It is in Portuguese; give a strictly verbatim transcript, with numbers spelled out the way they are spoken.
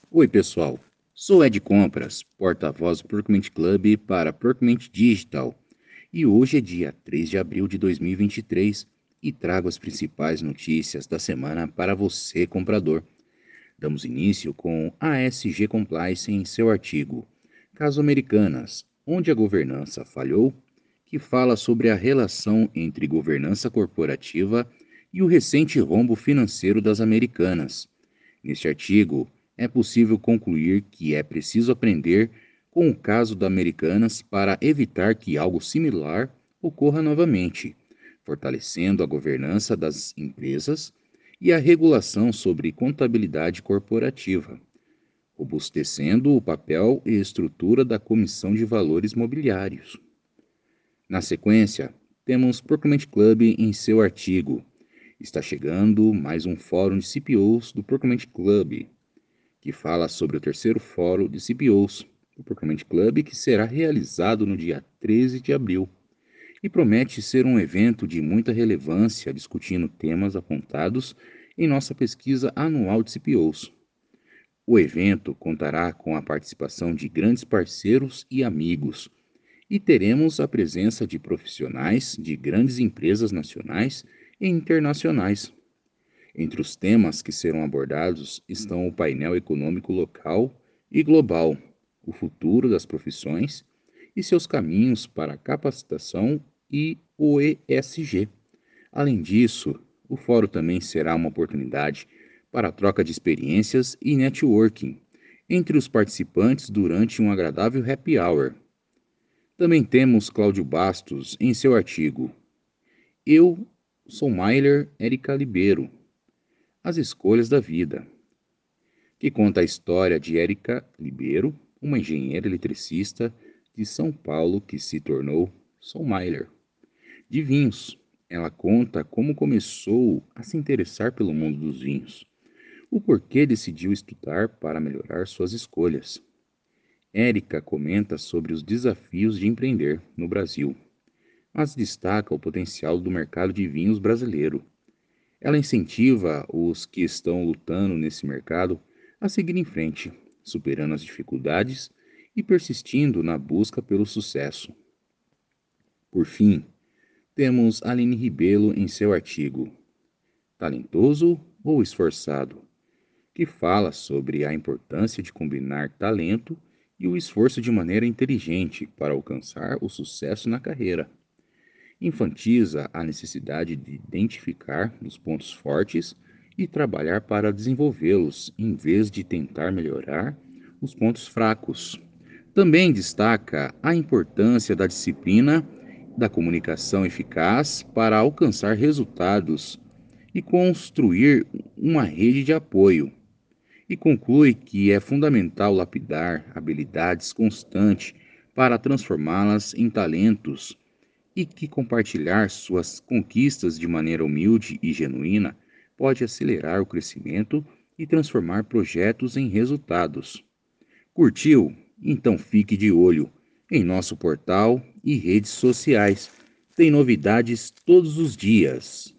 Oi, pessoal. Sou Ed Compras, porta-voz do Procurement Club para Procurement Digital. E hoje é dia três de abril de dois mil e vinte e três e trago as principais notícias da semana para você, comprador. Damos início com a ASG Compliance em seu artigo Caso Americanas, onde a governança falhou, que fala sobre a relação entre governança corporativa e o recente rombo financeiro das Americanas. Neste artigo, é possível concluir que é preciso aprender com o caso da Americanas para evitar que algo similar ocorra novamente, fortalecendo a governança das empresas e a regulação sobre contabilidade corporativa, robustecendo o papel e estrutura da Comissão de Valores Mobiliários. Na sequência, temos Procurement Club em seu artigo. Está chegando mais um fórum de C P Os do Procurement Club, que fala sobre o terceiro fórum de C P Os do Procurement Club, que será realizado no dia treze de abril e promete ser um evento de muita relevância, discutindo temas apontados em nossa pesquisa anual de C P Os. O evento contará com a participação de grandes parceiros e amigos, e teremos a presença de profissionais de grandes empresas nacionais e internacionais. Entre os temas que serão abordados estão o painel econômico local e global, o futuro das profissões e seus caminhos para a capacitação e o E S G. Além disso, o fórum também será uma oportunidade para a troca de experiências e networking entre os participantes durante um agradável happy hour. Também temos Cláudio Bastos em seu artigo Eu sou Myler Érica Libero, As Escolhas da Vida, que conta a história de Érica Libero, uma engenheira eletricista de São Paulo que se tornou sommelier de vinhos. Ela conta como começou a se interessar pelo mundo dos vinhos, o porquê decidiu estudar para melhorar suas escolhas. Érica comenta sobre os desafios de empreender no Brasil, mas destaca o potencial do mercado de vinhos brasileiro. Ela incentiva os que estão lutando nesse mercado a seguir em frente, superando as dificuldades e persistindo na busca pelo sucesso. Por fim, temos Aline Ribelo em seu artigo Talentoso ou Esforçado, que fala sobre a importância de combinar talento e o esforço de maneira inteligente para alcançar o sucesso na carreira. Enfatiza a necessidade de identificar os pontos fortes e trabalhar para desenvolvê-los, em vez de tentar melhorar os pontos fracos. Também destaca a importância da disciplina, da comunicação eficaz para alcançar resultados e construir uma rede de apoio. E conclui que é fundamental lapidar habilidades constantes para transformá-las em talentos e que compartilhar suas conquistas de maneira humilde e genuína pode acelerar o crescimento e transformar projetos em resultados. Curtiu? Então fique de olho em nosso portal e redes sociais. Tem novidades todos os dias.